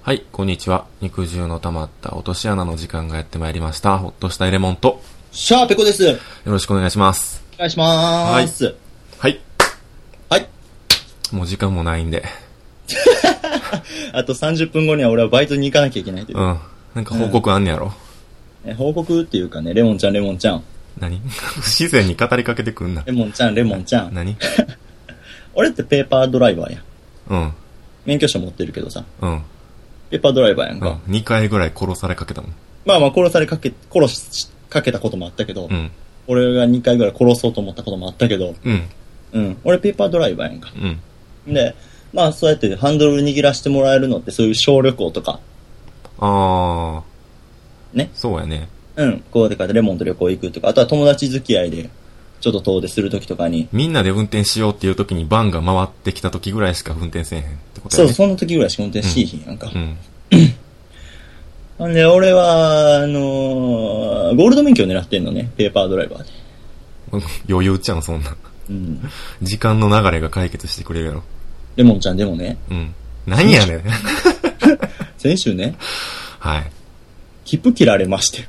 はい、こんにちは。肉汁の溜まった落とし穴の時間がやってまいりました。ほっとしたエレモンと。 シャーペコです。よろしくお願いします。 お願いしまーす。 はい。 はい。 もう時間もないんで。 あと30分後には俺はバイトに行かなきゃいけないという。 うん。なんか報告あんねやろ。 報告っていうかね、レモンちゃん。 何不自然に語りかけてくんな。 レモンちゃん。 何俺ってペーパードライバーやん。 うん。 免許証持ってるけどさ。 うん。 ペーパードライバーやんか。 うん。2回ぐらい殺されかけたもん。 まあ殺しかけたこともあったけど、 うん。 俺が2回ぐらい殺そうと思ったこともあったけど、 うん。 うん。俺ペーパードライバーやんか。 うん。 で、まあそうやってハンドル握らせてもらえるのってそういう小旅行とか。 あー。 ね。 そうやね。 うん。こうでかレモンと旅行行くとか、あとは友達付き合いで、ちょっと遠出するときとかに。 みんなで運転しようっていうときにバンが回ってきたときぐらいしか運転せえへんってことやね。 そう、その時ぐらいしか運転しいひんやんか。 うん。 なんで、俺は、ゴールド免許を狙ってんのね。ペーパードライバーで。 余裕ちゃん、そんな。 うん。 時間の流れが解決してくれるやろ。 レモンちゃんでもね。 うん。何やねん。 先週ね。 はい。 切符切られまして。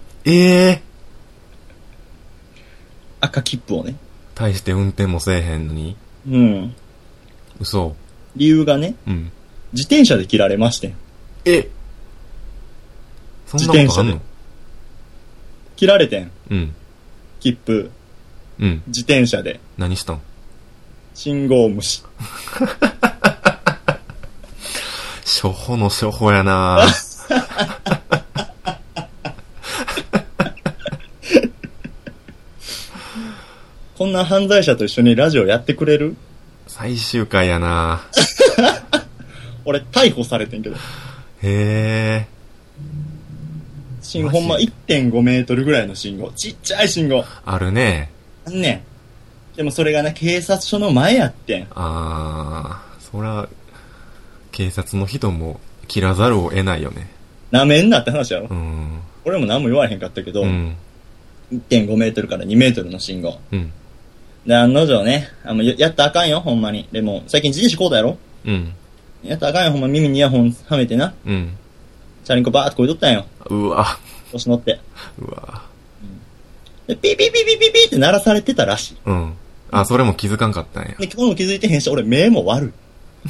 赤切符をね。 大して運転もせえへんのに。 うん。 嘘。 理由がね。 うん。 自転車で切られまして。 そんなことあんの？ 切られてん。 うん。 切符。 うん。 自転車で。 何したん？ 信号無視。 初歩の初歩やなこんな犯罪者と一緒にラジオやってくれる？ 最終回やな俺逮捕されてんけど。 へほんま 1.5 メートルぐらいの信号。ちっちゃい信号。 あるね。 あんねん。でもそれがね、警察署の前やってん。 そら、警察の人も切らざるを得ないよね。 なめんなって話やろ。 うん。 俺も何も言われへんかったけど、 うん。 1.5 メートルから2メートルの信号。 うん。 で、案の定ね、やったらあかんよ、ほんまに。でも、最近自転車こうだやろ？ うん。 やったらあかんよ、ほんま耳にイヤホンはめてな。 うん。 チャリンコバーってこいとったんよ。 うわ。 調子乗って。 うわ。 で、ピーピーピーピーピーピーって鳴らされてたらしい。 うん。あ、それも気づかんかったんや。 で、今日も気づいてへんし、俺目も悪い。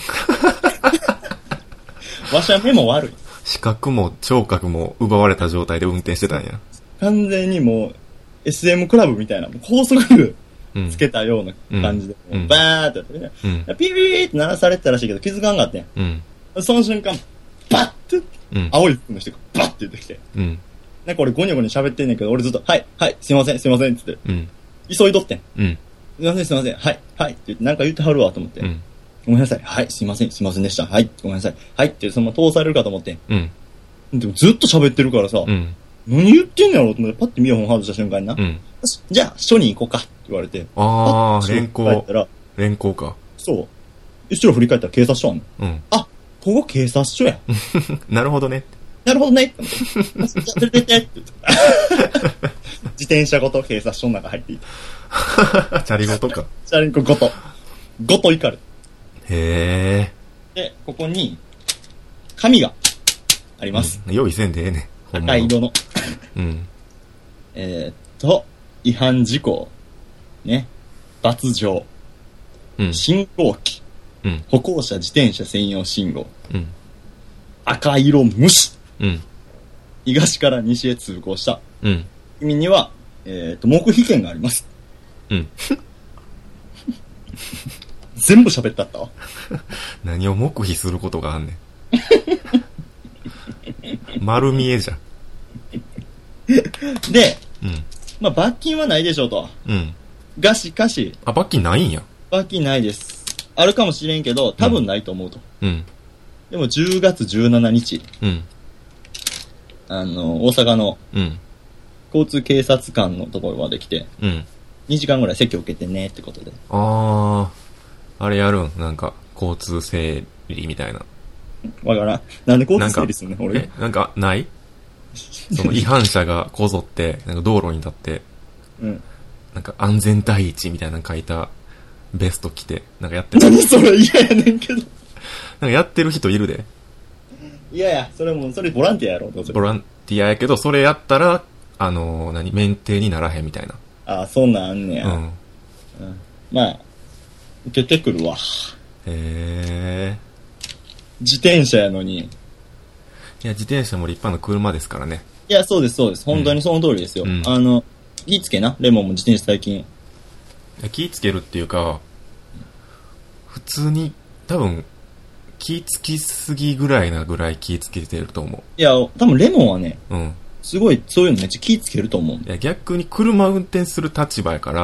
わしは目も悪い。 視覚も聴覚も奪われた状態で運転してたんや。 完全にもう、SM クラブみたいな、高速つけたような感じで、 うん、 バーってやってね、うん、ピーピーって鳴らされてたらしいけど気づかんかったんや。うん、その瞬間、バッて、青い服の人がバッて出てきて、うん、なんか俺ゴニョゴニョ喋ってんねんけど、俺ずっと、はい、はい、すいません、すいません、つって、うん、急いどってん。うん、すいません、すいません、はい、はい、って言って、なんか言ってはるわと思って、うん、ごめんなさい、はい、すいません、すいませんでした、はい、ごめんなさい、はいって、そのまま通されるかと思って、うん、でもずっと喋ってるからさ、うん、何言ってんのやろと思って、パッてイヤホン外した瞬間にな、うん、じゃあ、署に行こうかって言われて、 連行か。 そう。後ろ振り返ったら警察署あんの。うん。あ、ここ警察署や。 なるほどね。 なるほどね。って連れてってって言って。自転車ごと警察署の中入っていた。 チャリごとか。 チャリンコごと。ごと怒る。 へー。で、ここに、紙があります。 用意せんでええねん。赤色の。うん。違反事項。ね。罰条。うん、信号機。うん、歩行者自転車専用信号。うん、赤色無視。うん、東から西へ通行した。うん、君には、黙秘権があります。うん、全部喋ったったわ。 何を黙秘することがあんねん。丸見えじゃん。 で、うん、まあ、罰金はないでしょうと。うん、がしかし。 あ、罰金ないんや。 罰金ないです。あるかもしれんけど、多分ないと思うと。うん。でも10月17日。うん。大阪の、うん。交通警察官のところまで来て、うん。2時間ぐらい席を受けてねってことで。 あれやるんなんか、交通整理みたいな。 わからん。なんで交通整理すんの俺。 なんか、ないその違反者がこぞって、なんか道路に立って、うん。なんか安全第一みたいなの書いた、ベスト着て、なんかやってる。 何それ嫌やねんけど。 なんかやってる人いるで。 いやいや、それボランティアやろ、どうせ。 ボランティアやけど、それやったら、免停にならへんみたいな。 ああ、そんなんあんねや。うん。まあ、受けてくるわ。 へー。 自転車やのに。いや、自転車も立派な車ですからね。 いや、そうです、そうです。本当にその通りですよ。気ぃつけな、レモンも自転車最近。 気ぃつけるっていうか、普通に、多分、気ぃつきすぎぐらい気ぃつけてると思う。 いや、多分レモンはね、すごい、そういうのめっちゃ気ぃつけると思う。いや、逆に車運転する立場やから、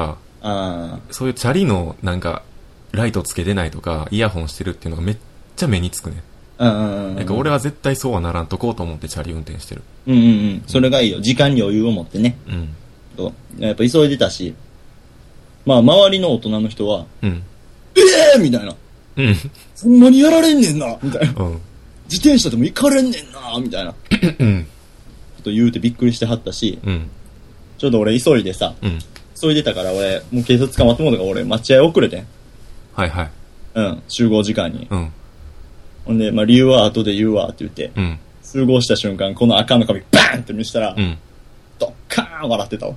そういうチャリの、ライトつけてないとか、イヤホンしてるっていうのがめっちゃ目につくね。なんか俺は絶対そうはならんとこうと思ってチャリ運転してる。 それがいいよ。時間に余裕を持ってね。やっぱ急いでたし、まあ周りの大人の人は、みたいな。そんなにやられんねんなみたいな。自転車でも行かれんねんなみたいな。ちょっと言うてびっくりしてはったし、ちょうど俺急いでさ、急いでたから俺、もう警察捕まってもうたから俺、待合遅れてん。 はいはい。 集合時間に。ほんで、まあ理由は後で言うわって言って、通合した瞬間、この赤の紙バーンって見せたら、ドッカーン笑ってたわ。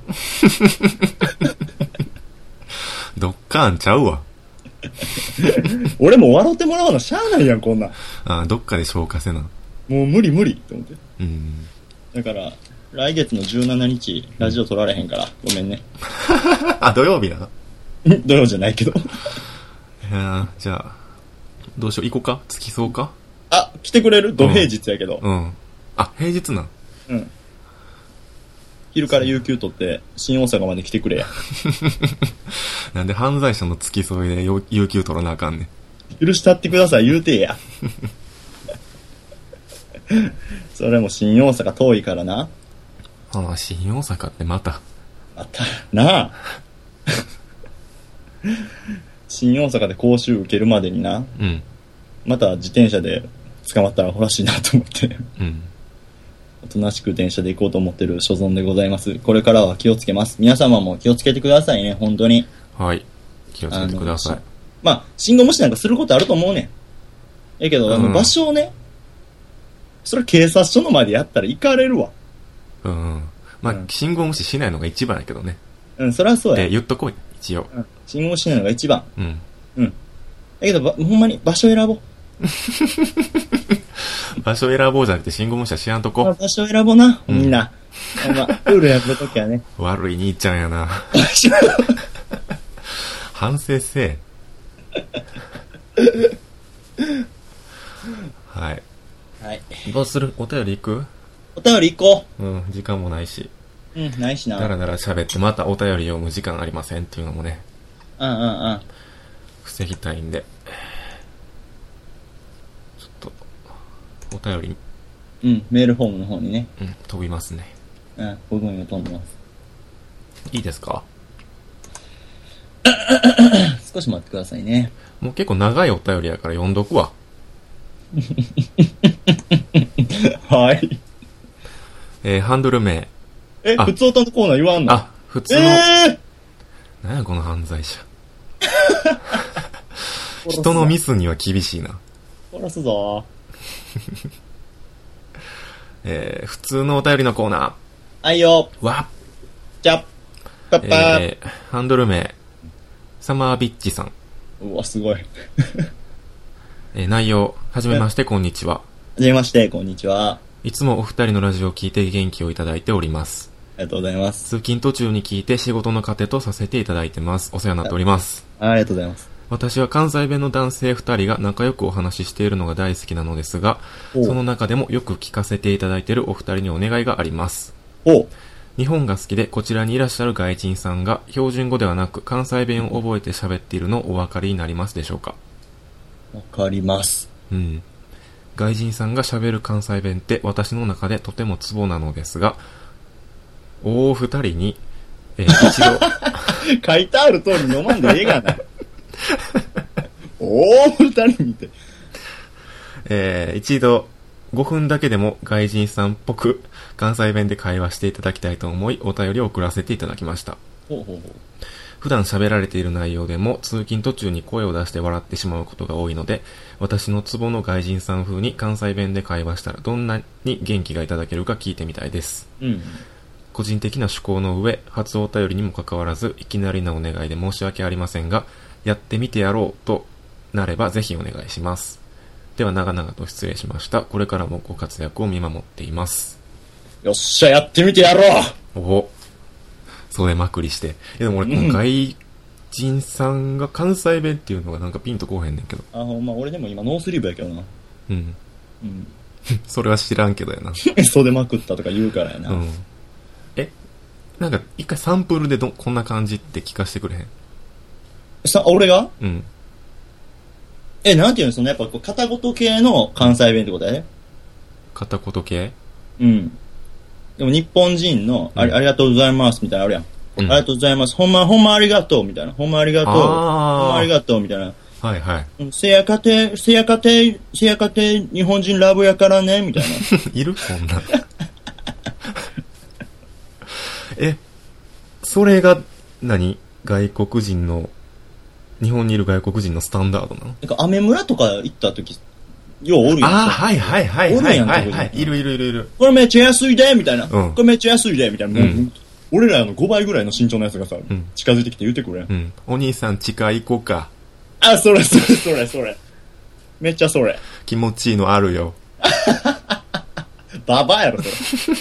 ドッカーンちゃうわ。 俺も笑ってもらわなしゃあないやん、こんなん。 どっかで消化せな。 もう無理って思って。だから、来月の17日、ラジオ撮られへんから、ごめんね。 土曜日なの？ 土曜じゃないけど。 じゃあ、どうしよう、行こうか？付きそうか？ 来てくれる？土平日やけど。 平日なん？ 昼から有給取って、新大阪まで来てくれや。 なんで犯罪者の付き添いで有給取らなあかんねん。許したってください、言うてや。それも新大阪遠いからな。 新大阪ってまたなあ。新大阪で講習受けるまでにな。また自転車で捕まったら欲しいなと思って。おとなしく電車で行こうと思ってる所存でございます。これからは気をつけます。皆様も気をつけてくださいね、本当に。 はい。気をつけてください。 まあ、信号無視なんかすることあると思うねん。やけど、場所をね、それ警察署の前でやったら行かれるわ。 まあ、信号無視しないのが一番やけどね。 そりゃそうや。 言っとこう、一応。 信号無視しないのが一番。だけど、ほんまに場所選ぼう。 場所選ぼうじゃなくて信号無視はしやんとこ。 場所選ぼうな、みんな。ルールやるときはね。 悪い兄ちゃんやな。反省せえ。はい。どうする？お便り行く？ お便り行こう。時間もないし。 ないしな。 だらだら喋ってまたお便り読む時間ありませんっていうのもね。防ぎたいんで。お便りに。メールフォームの方にね。 飛びますね。 僕も今飛んでます。 いいですか？ 少し待ってくださいね。 もう結構長いお便りやから読んどくわ。 はい。 ハンドル名。 普通歌のコーナー言わんの？ 普通の。何やこの犯罪者。人のミスには厳しいな。 殺すぞ。 普通のお便りのコーナー。 はいよ。 わっ。 じゃパッパー。 ハンドル名、サマービッチさん。 うわ、すごい。 内容、はじめまして、こんにちは。 はじめまして、こんにちは。 いつもお二人のラジオを聞いて元気をいただいております。 ありがとうございます。 通勤途中に聞いて仕事の糧とさせていただいてます。お世話になっております。 ありがとうございます。 私は関西弁の男性2人が仲良くお話ししているのが大好きなのですが、その中でもよく聞かせていただいているお二人にお願いがあります。日本が好きでこちらにいらっしゃる外人さんが標準語ではなく関西弁を覚えて喋っているのをお分かりになりますでしょうか？ わかります。 外人さんが喋る関西弁って私の中でとてもツボなのですが、お二人に、一度書いてある通り読まんでええがな。二人見て。 一度5分だけでも外人さんっぽく関西弁で会話していただきたいと思いお便りを送らせていただきました。 普段喋られている内容でも通勤途中に声を出して笑ってしまうことが多いので、私のツボの外人さん風に関西弁で会話したらどんなに元気がいただけるか聞いてみたいです。個人的な趣向の上、初お便りにもかかわらずいきなりのお願いで申し訳ありませんが、やってみてやろうとなればぜひお願いします。では長々と失礼しました。これからもご活躍を見守っています。 よっしゃ、やってみてやろう。 お、それまくりして。でも俺、外人さんが関西弁っていうのがなんかピンとこうへんねんけど。 あ、ほんま、俺でも今ノースリーブやけどな。 それは知らんけどやな。 袖まくったとか言うからやな。 なんか一回サンプルでこんな感じって聞かせてくれへん？ 俺が？なんていうの、そのやっぱ片言系の関西弁ってことやね。 片言系？ でも日本人の、ありがとうございますみたいなのあるやん。ありがとうございます。ほんまありがとうみたいな。ほんまありがとう。ほんまありがとうみたいな。 はいはい。 せやかて、日本人ラブやからね、みたいな。 いるこんな。それが外国人の、日本にいる外国人のスタンダードなの？なんか、アメ村とか行った時、ようおるやん。 はい。おるやん、いる。 これめっちゃ安いで、みたいな。これめっちゃ安いで、みたいな。俺らの5倍ぐらいの身長のやつがさ、近づいてきて言ってくれん。 お兄さん地下行こうか。 あ、それ。めっちゃそれ。 気持ちいいのあるよ。 ババアやろ、それ。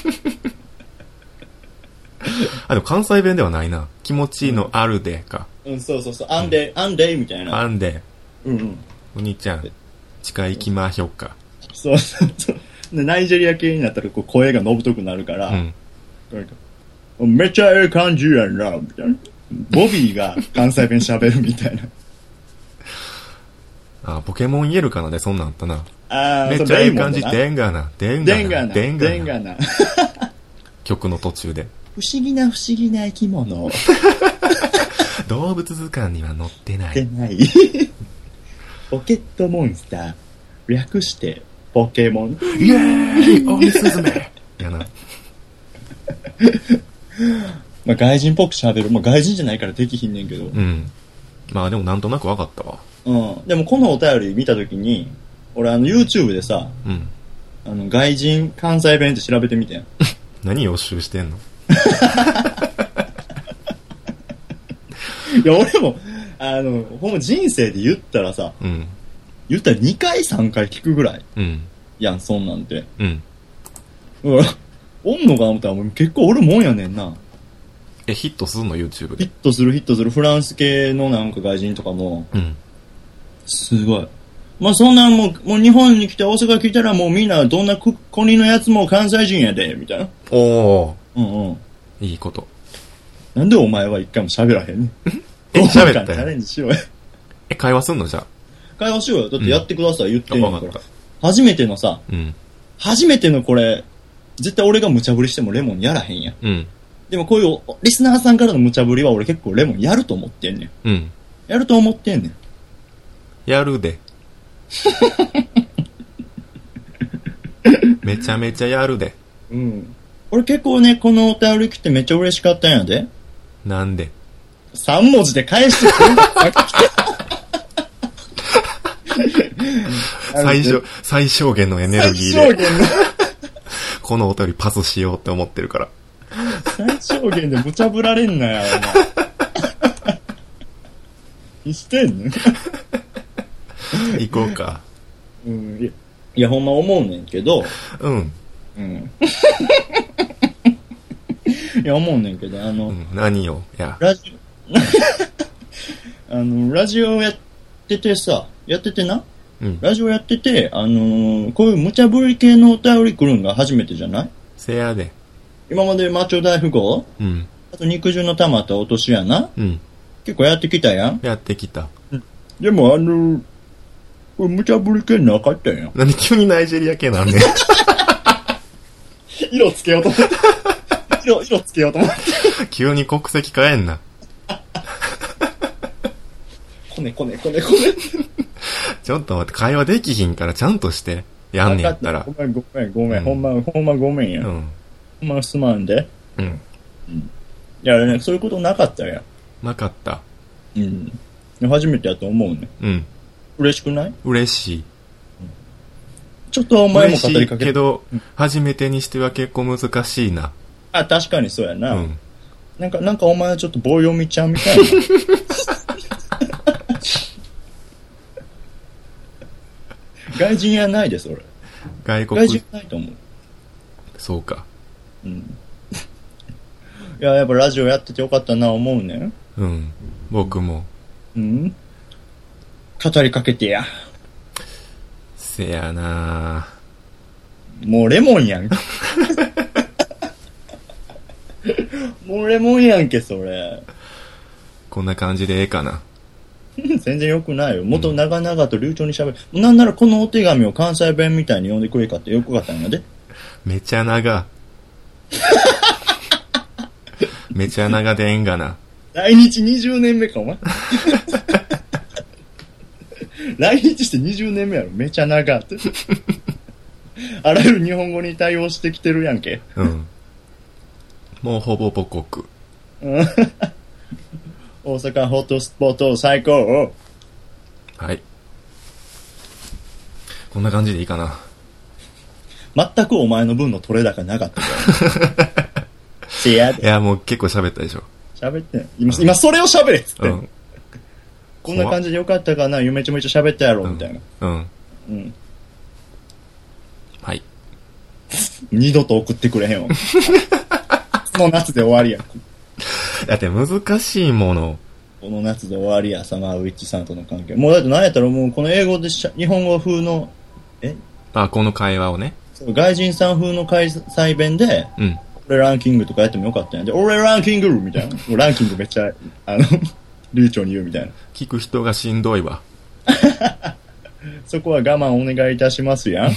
でも関西弁ではないな。気持ちいいのあるでか。 そう。あんで、みたいな。 あんで。お兄ちゃん、地下行きましょうか。 そう。ナイジェリア系になったら声がのぶとくなるから、めっちゃええ感じやんな、みたいな。ボビーが関西弁喋るみたいな。 ポケモンイエルかなでそんなんあったな。 めっちゃええ感じ、でんがな。曲の途中で。 不思議な生き物。 動物図鑑には載ってない。 ポケットモンスター。略して、ポケモン。 イエーイオニスズメやな。 まあ外人っぽく喋る。まあ外人じゃないからできひんねんけど。 まあでもなんとなくわかったわ。 でもこのお便り見たときに、俺YouTube でさ、外人関西弁って調べてみてん。 何予習してんの？ いや、俺も、ほんま人生で言ったらさ、言ったら2回3回聞くぐらい。やん、そんなんて。おんのかな思ったら結構おるもんやねんな。 ヒットするの YouTube で。 ヒットする。フランス系のなんか外人とかも。すごい。まあそんなんもう日本に来て大阪来たらもうみんなどんな国のやつも関西人やで、みたいな。いいこと。 なんでお前は一回も喋らへんねん。 喋ったよ。 チャレンジしようや。 会話すんのじゃあ。 会話しようよ。だってやってください、言ってんのから。初めてのさ、初めてのこれ、絶対俺が無茶ぶりしてもレモンやらへんやん。でもこういうリスナーさんからの無茶ぶりは俺結構レモンやると思ってんねん。やると思ってんねん。 やるで。めちゃめちゃやるで。 俺結構ね、このお便り来てめっちゃ嬉しかったんやで。 なんで ?3 文字で返してくれ最小限のエネルギーで。このお便りパスしようって思ってるから。 最小限で無茶ぶられんなよ、お前。何してんの？ 行こうか。 いや、ほんま思うねんけど。いや、思うねんけど、 何よ、や。 ラジオやっててさ、ラジオやってて、こういう無茶ぶり系のお便り来るんが初めてじゃない？ せやで。 今までマッチョ大富豪？あと肉汁の溜まった落とし穴？結構やってきたやん？ やってきた。 でもこれ無茶ぶり系なかったやん。 なんで急にナイジェリア系なんねん。 色つけようと思って。色つけようと思って。 急に国籍変えんな。 こね。 ちょっと待って、会話できひんからちゃんとして。やんねやったら。 ごめん。ほんまごめんや。ほんますまんで。いやね、そういうことなかったやん。 なかった。 うん。初めてやと思うね。 うん。 嬉しくない？ 嬉しい。 ちょっとお前も語りかけ嬉しいけど、初めてにしては結構難しいな。 あ、確かにそうやな。うん。なんかお前はちょっと棒読みちゃんみたいな。外人やないです、俺。外人ないと思う。 そうか。 うん。いや、やっぱラジオやっててよかったな、思うねん。 うん。僕も。 うん。語りかけてや。 せやなもうレモンやん。もうレモンやんけ、それ。 こんな感じでええかな。 全然良くないよ。もっと長々と流暢に喋る。なんならこのお手紙を関西弁みたいに読んでくれかってよくかったんやで。 めちゃ長。めちゃ長でええんがな。 来日20年目か、お前。来日して20年目やろ。めちゃ長って。あらゆる日本語に対応してきてるやんけ。 うん。もうほぼ母国。 大阪ホットスポット最高。 はい。こんな感じでいいかな。 全くお前の分の取れ高なかったから。いや、もう結構喋ったでしょ。 喋ってん。今それを喋れっつって、うん。こんな感じでよかったかな、めちゃめちゃ喋ったやろ、みたいな。 うん。うん。はい。 二度と送ってくれへんわ。この夏で終わりや。 だって難しいもの。 この夏で終わりや、サマーウィッチさんとの関係。もうだって何やったらもうこの英語で日本語風の、 この会話をね。 そう、外人さん風の関西弁で、 うん。 俺ランキングとかやってもよかったんやで、俺ランキングみたいな。もうランキングめっちゃ、流暢に言うみたいな。 聞く人がしんどいわ。 そこは我慢お願いいたしますやん。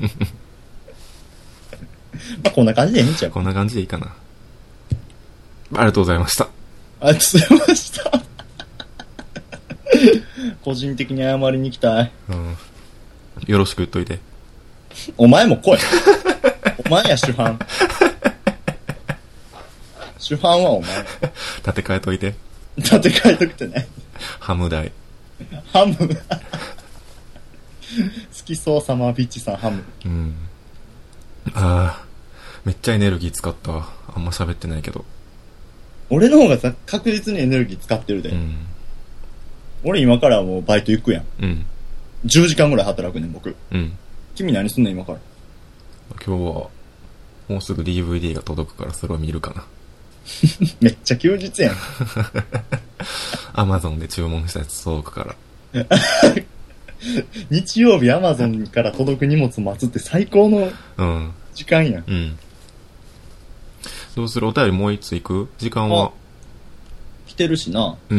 まあこんな感じでいいんちゃう？ こんな感じでいいかな。ありがとうございました。 ありがとうございました。個人的に謝りに行きたい。 うん。よろしく言っといて。 お前も来い。お前や主犯。主犯はお前。 立て替えといて。 立て替えとくてね。 ハム代。 ハム。好きそうサマービッチさんハム。 うん。ああ、めっちゃエネルギー使ったわ。あんま喋ってないけど。 俺の方がさ、確実にエネルギー使ってるで。 うん。 俺今からもうバイト行くやん。 うん。 10時間ぐらい働くねん、僕。 うん。 君何すんの今から。 今日は、もうすぐ DVD が届くからそれを見るかな。 めっちゃ休日やん。 Amazon で注文したやつ届くから。 日曜日 Amazon から届く荷物待つって最高の時間やん。 うん。どうする？お便りもう一つ行く？時間は来てるしな。 うん。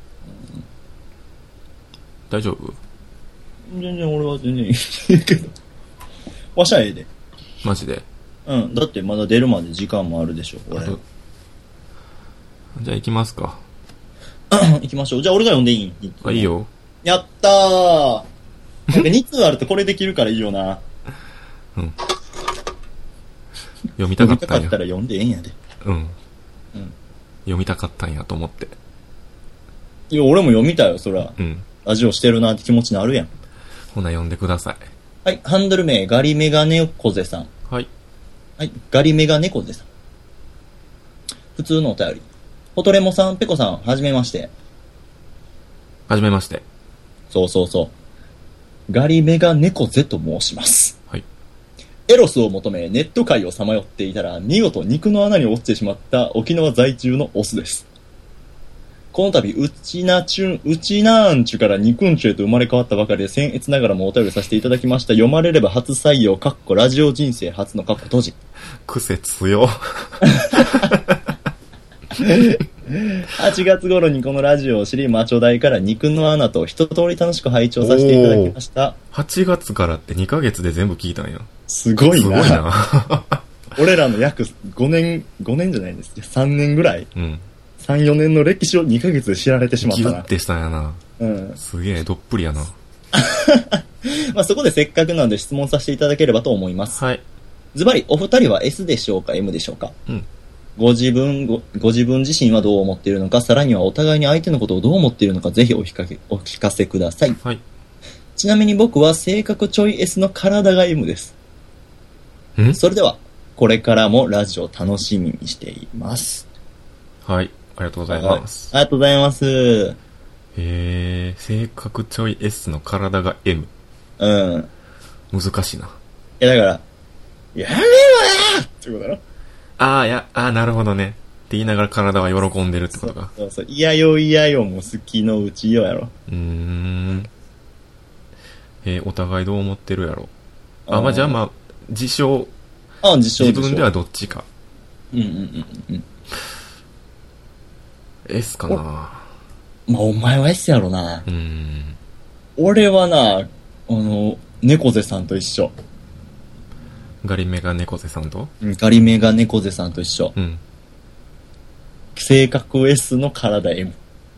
大丈夫？ 全然俺は全然いいけど。わしゃええで。 マジで？ うん。だってまだ出るまで時間もあるでしょ、俺。 じゃあ行きますか。 行きましょう。じゃあ俺が読んでいい？ いいよ。 やったー。なんか2通あるとこれできるからいいよな。 うん。読みたかったんや。 読みたかったら読んでええんやで。 うん。うん。読みたかったんやと思って。 いや、俺も読みたいよ、そら。 うん。 ラジオしてるなって気持ちになるやん。 ほな、読んでください。 はい、ハンドル名、ガリメガネコゼさん。 はい。 はい、ガリメガネコゼさん。普通のお便り。ホトレモさん、ペコさん、はじめまして。 はじめまして。 そうそうそう。ガリメガネコゼと申します。 はい。 エロスを求めネット界をさまよっていたら見事肉の穴に落ちてしまった沖縄在住のオスです。この度、うちなんちゅからにくんちゅへと生まれ変わったばかりで僭越ながらもお便りさせていただきました。読まれれば初採用、ラジオ人生初の閉じ。 癖強。 8月頃にこのラジオを知り、マチョ大から肉の穴と一通り楽しく拝聴させていただきました。 8月からって2ヶ月で全部聞いたんや。 すごいな。 すごいな。 俺らの約5年じゃないんです。3年ぐらい。 うん。 3、4年の歴史を2ヶ月で知られてしまったな。 ギュッてしたんやな。 うん。 すげえ、どっぷりやな。 まあそこでせっかくなので質問させていただければと思います。 はい。 ズバリ、お二人は S でしょうか ?M でしょうか？ うん。 ご自分自身はどう思っているのか、さらにはお互いに相手のことをどう思っているのか、ぜひお聞かせください。 はい。 ちなみに僕は性格ちょい S の体が M です。それでは、これからもラジオ楽しみにしています。 はい。ありがとうございます。 ありがとうございます。 性格ちょい S の体が M。 うん。 難しいな。 いや、だから、やめろやってことだろ。 なるほどね。って言いながら体は喜んでるってことか。 そう。嫌よも好きのうちよやろ。 お互いどう思ってるやろ。じゃあ自称。自分ではどっちか。S かな。 お前は S やろな。俺はな、猫背さんと一緒。 ガリメガ猫背さんと？ ガリメガ猫背さんと一緒。性格 S の体 M。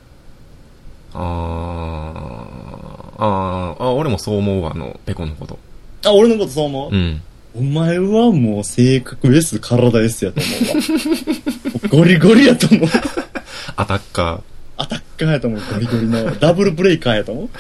俺もそう思うわ、ペコのこと。 俺のことそう思う？お前はもう性格 S、体 S やと思うわ。ゴリゴリやと思う。 アタッカーやと思う。ゴリゴリのダブルブレイカーやと思う。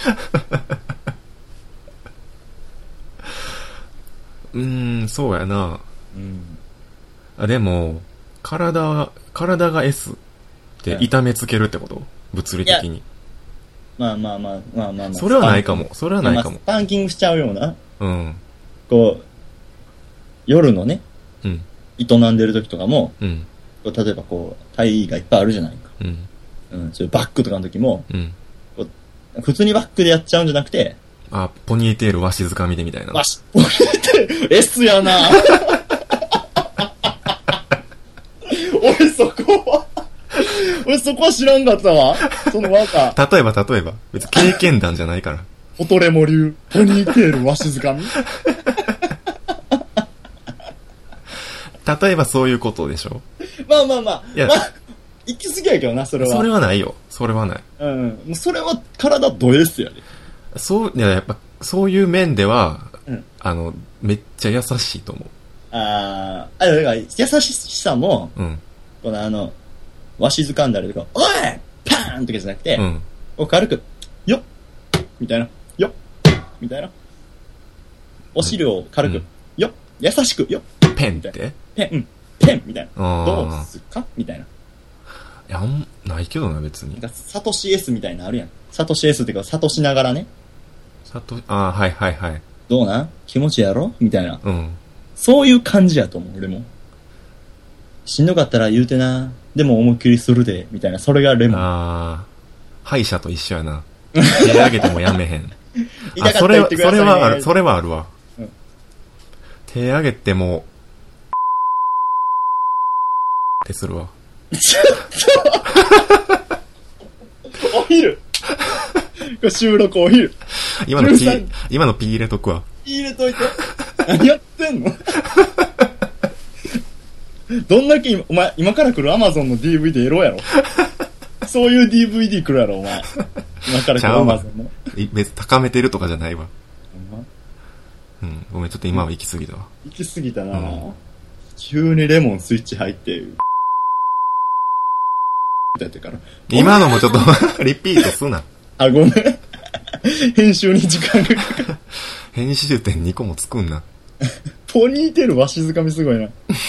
そうやな。でも、体が S って痛めつけるってこと？物理的に。 まあ。 それはないかも。スパンキングしちゃうような。こう、夜のね、営んでる時とかも、例えばこう、体位がいっぱいあるじゃないか。そういうバックとかの時も、普通にバックでやっちゃうんじゃなくて、 ポニーテールわしづかみでみたいな。 ポニーテール S やな。俺そこは知らんかったわ。その技。 例えば。別に経験談じゃないから。 オトレモ流、ポニーテールわしづかみ。 例えばそういうことでしょ。 まあ。行き過ぎやけどな、それは。 それはないよ。それはない。 それは体ド S やで。 やっぱ、そういう面では、めっちゃ優しいと思う。 だから優しさも、このわしづかんだりとか、おいパーンとかじゃなくて、軽く、よっみたいな、よっみたいな。お尻を軽く、よっ優しく、よっペンってペンみたいな。どうすかみたいな。 いや、ないけどな、別に。 サトシ S みたいなのあるやん。サトシ S ってか、サトしながらね。 はい。 どうなん気持ちやろみたいな。そういう感じやと思う、俺も。しんどかったら言うてな。でも思いっきりするで、みたいな。それがレモン。 歯医者と一緒やな。手上げてもやめへん。 痛かったら言ってくださいね。 それはあるわ。手上げても、ってするわ。 ちょっとお昼収録お昼今のピー入れとくわ。 ピー入れといて。何やってんのどんだけお前、今から来る Amazon の DVD エロやろ。そういう DVD 来るやろ、お前。今から来る Amazon の。 別に高めてるとかじゃないわ。ごめん、ちょっと今は行き過ぎたわ。 行き過ぎたな、急にレモンスイッチ入って、だってから。 今のもちょっとリピートすな。 ごめん。編集に時間がかかる。 編集点2個も作んな。 ポニーテールわしづかみすごいな。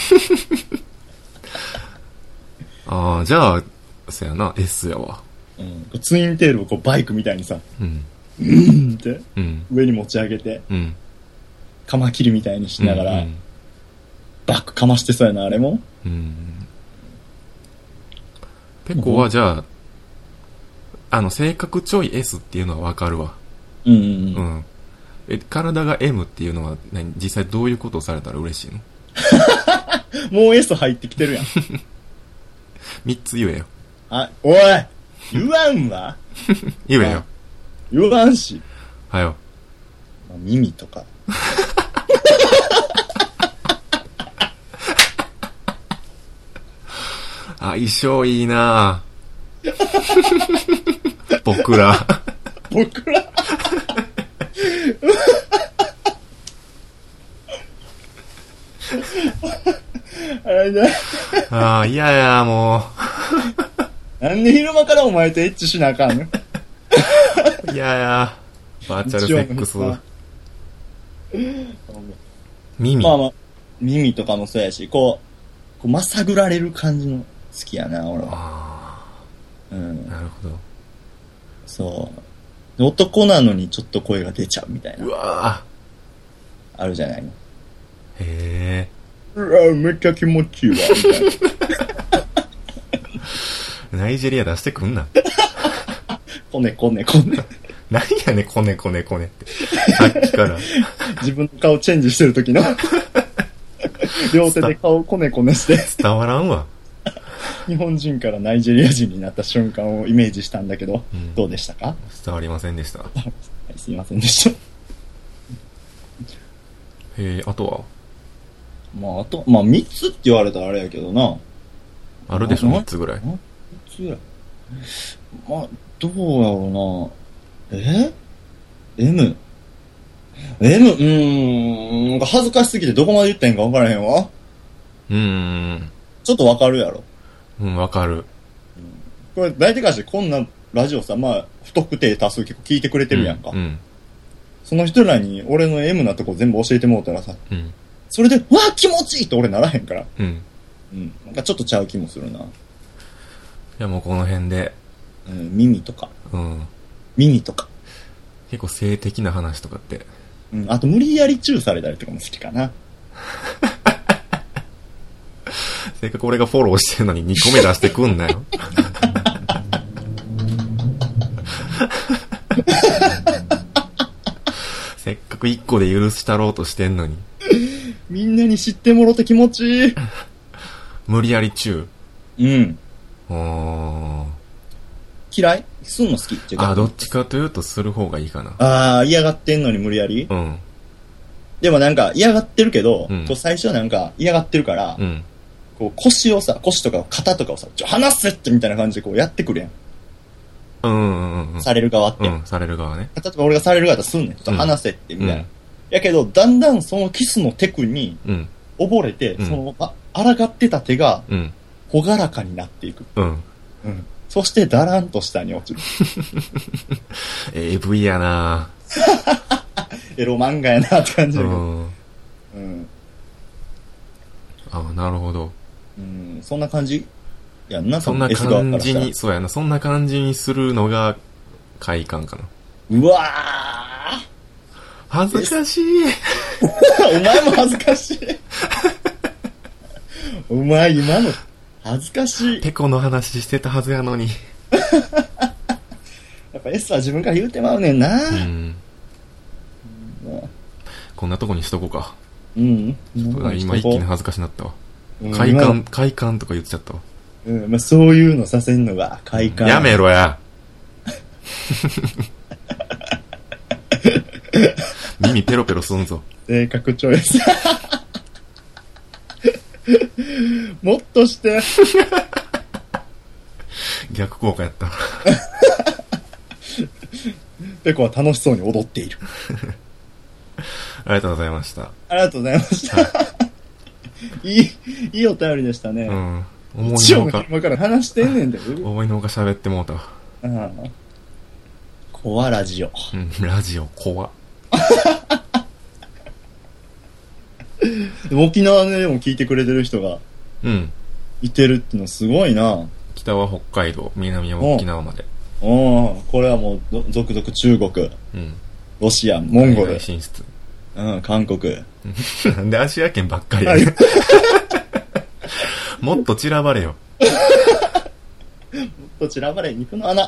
じゃあ、そやな、S やわ。 ツインテールをこうバイクみたいにさ、って、上に持ち上げて、カマキリみたいにしながら、バックかましてそうやな、あれも。 ペコはじゃあ、性格ちょい S っていうのはわかるわ。体が M っていうのは実際どういうことをされたら嬉しいの？ もう S 入ってきてるやん。 3つ言えよ。 おい言わんわ。 言えよ。 言わんし。 はよ。 耳とか。 相性いいなぁ。僕ら。あれだ。 ああ、いやいや、もう。なんで昼間からお前とエッチしなあかんの？ いやいや、バーチャルセックス。耳。 まあまあ、耳とかもそうやし、こうまさぐられる感じの好きやな、俺は。 ああ。 うん。 なるほど。 そう。男なのにちょっと声が出ちゃうみたいな。 うわぁ。あるじゃないの。 へえ。 うわ、めっちゃ気持ちいいわ、みたいな。ナイジェリア出してくんな。 こねこねこね。 何やねん、こねこねこねって。さっきから。 自分の顔チェンジしてる時の。両手で顔こねこねして。 伝わらんわ。 日本人からナイジェリア人になった瞬間をイメージしたんだけど、うん、どうでしたか？ 伝わりませんでした。はい、 すいませんでした。 あとは？ まあ、3つって言われたらあれやけどな。 あるでしょ、3つぐらい。 3つぐらい。まあ、どうやろうな。M？ なんか恥ずかしすぎてどこまで言ってんか分からへんわ。ちょっと分かるやろ。 うん、分かる。 これ、大体かしてこんなラジオさ、まあ、不特定多数結構聞いてくれてるやんか。その人らに俺の M なとこ全部教えてもうたらさ、それで、わあ気持ちいいって俺ならへんから。なんかちょっとちゃう気もするな。いやもうこの辺で。 耳とか。耳とか。 結構性的な話とかって。 あと無理やりチューされたりとかも好きかな。 せっかく俺がフォローしてるのに2個目出してくんなよ。せっかく1個で許したろうとしてんのに。 みんなに知ってもろて気持ちいい。 無理やりチュー。嫌い？すんの好き？ どっちかというとする方がいいかな。嫌がってんのに無理やり？でもなんか嫌がってるけど、最初はなんか嫌がってるから、こう腰とか肩とかをさ、離せってみたいな感じでこうやってくるやん。される側って。 される側ね。 例えば俺がされる側だったらすんねん。ちょっと離せってみたいな。やけど、だんだんそのキスのテクに溺れて、その、抗ってた手が、ほがらかになっていく。そしてだらんと下に落ちる。 AV やなエロ漫画やなって感じだけど。 なるほど。 そんな感じやんな、 そんな感じに、そうやな、そんな感じにするのが快感かな。 うわー恥ずかしい。 お前も恥ずかしい。お前今の恥ずかしい。 ペコの話してたはずやのに。 やっぱ S は自分から言うてまうねんな。 こんなとこにしとこうか。 今一気に恥ずかしなったわ。快感とか言っちゃったわ。 まあそういうのさせんのが快感。 やめろや。耳ペロペロすんぞ。 性格チョイス。もっとして。 逆効果やった。 ペコは楽しそうに踊っている。 ありがとうございました。 ありがとうございました。いいお便りでしたね。 思いのほか。 今から話してんねんで。 思いのほか喋ってもうた。 コアラジオ。 ラジオ、コア。 沖縄でも聞いてくれてる人が、いてるってのすごいな。 北は北海道、南は沖縄まで。 これはもう、続々中国、ロシア、モンゴル、 進出。 韓国。 なんでアジア圏ばっかりやもっと散らばれよ。 もっと散らばれ、肉の穴。あ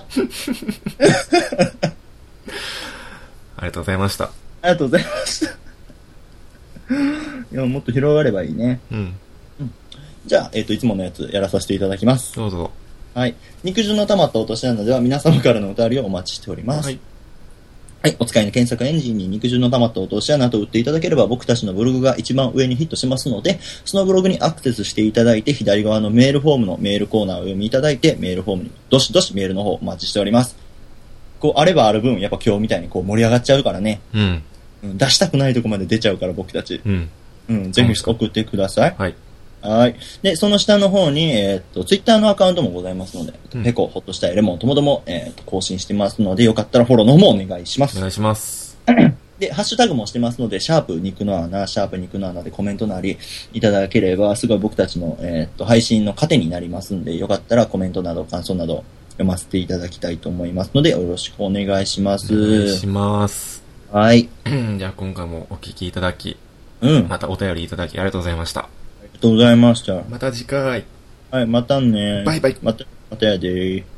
りがとうございました。 ありがとうございました。いや、もっと広がればいいね。じゃあ、いつものやつやらさせていただきます。 どうぞ。 はい。肉汁の溜まった落とし穴では皆様からのお便りをお待ちしております。はい。お使いの検索エンジンに肉汁の溜まった落とし穴と打っていただければ僕たちのブログが一番上にヒットしますので、そのブログにアクセスしていただいて、左側のメールフォームのメールコーナーを読みいただいて、メールフォームにどしどしメールの方お待ちしております。こう、あればある分、やっぱ今日みたいにこう盛り上がっちゃうからね。出したくないとこまで出ちゃうから僕たち。ぜひ送ってください。 はい。 はい。で、その下の方に、ツイッターのアカウントもございますので、ペコ、ほっとしたいレモンともども、更新してますので、よかったらフォローの方もお願いします。 お願いします。 で、ハッシュタグもしてますので、シャープ肉の穴、シャープ肉の穴でコメントなりいただければ、すごい僕たちの、配信の糧になりますんで、よかったらコメントなど、感想など読ませていただきたいと思いますので、よろしくお願いします。 お願いします。 はい。 じゃあ今回もお聞きいただき、またお便りいただきありがとうございました。ありがとうございました。 また次回。 はい、またね。 バイバイ。 またやでー。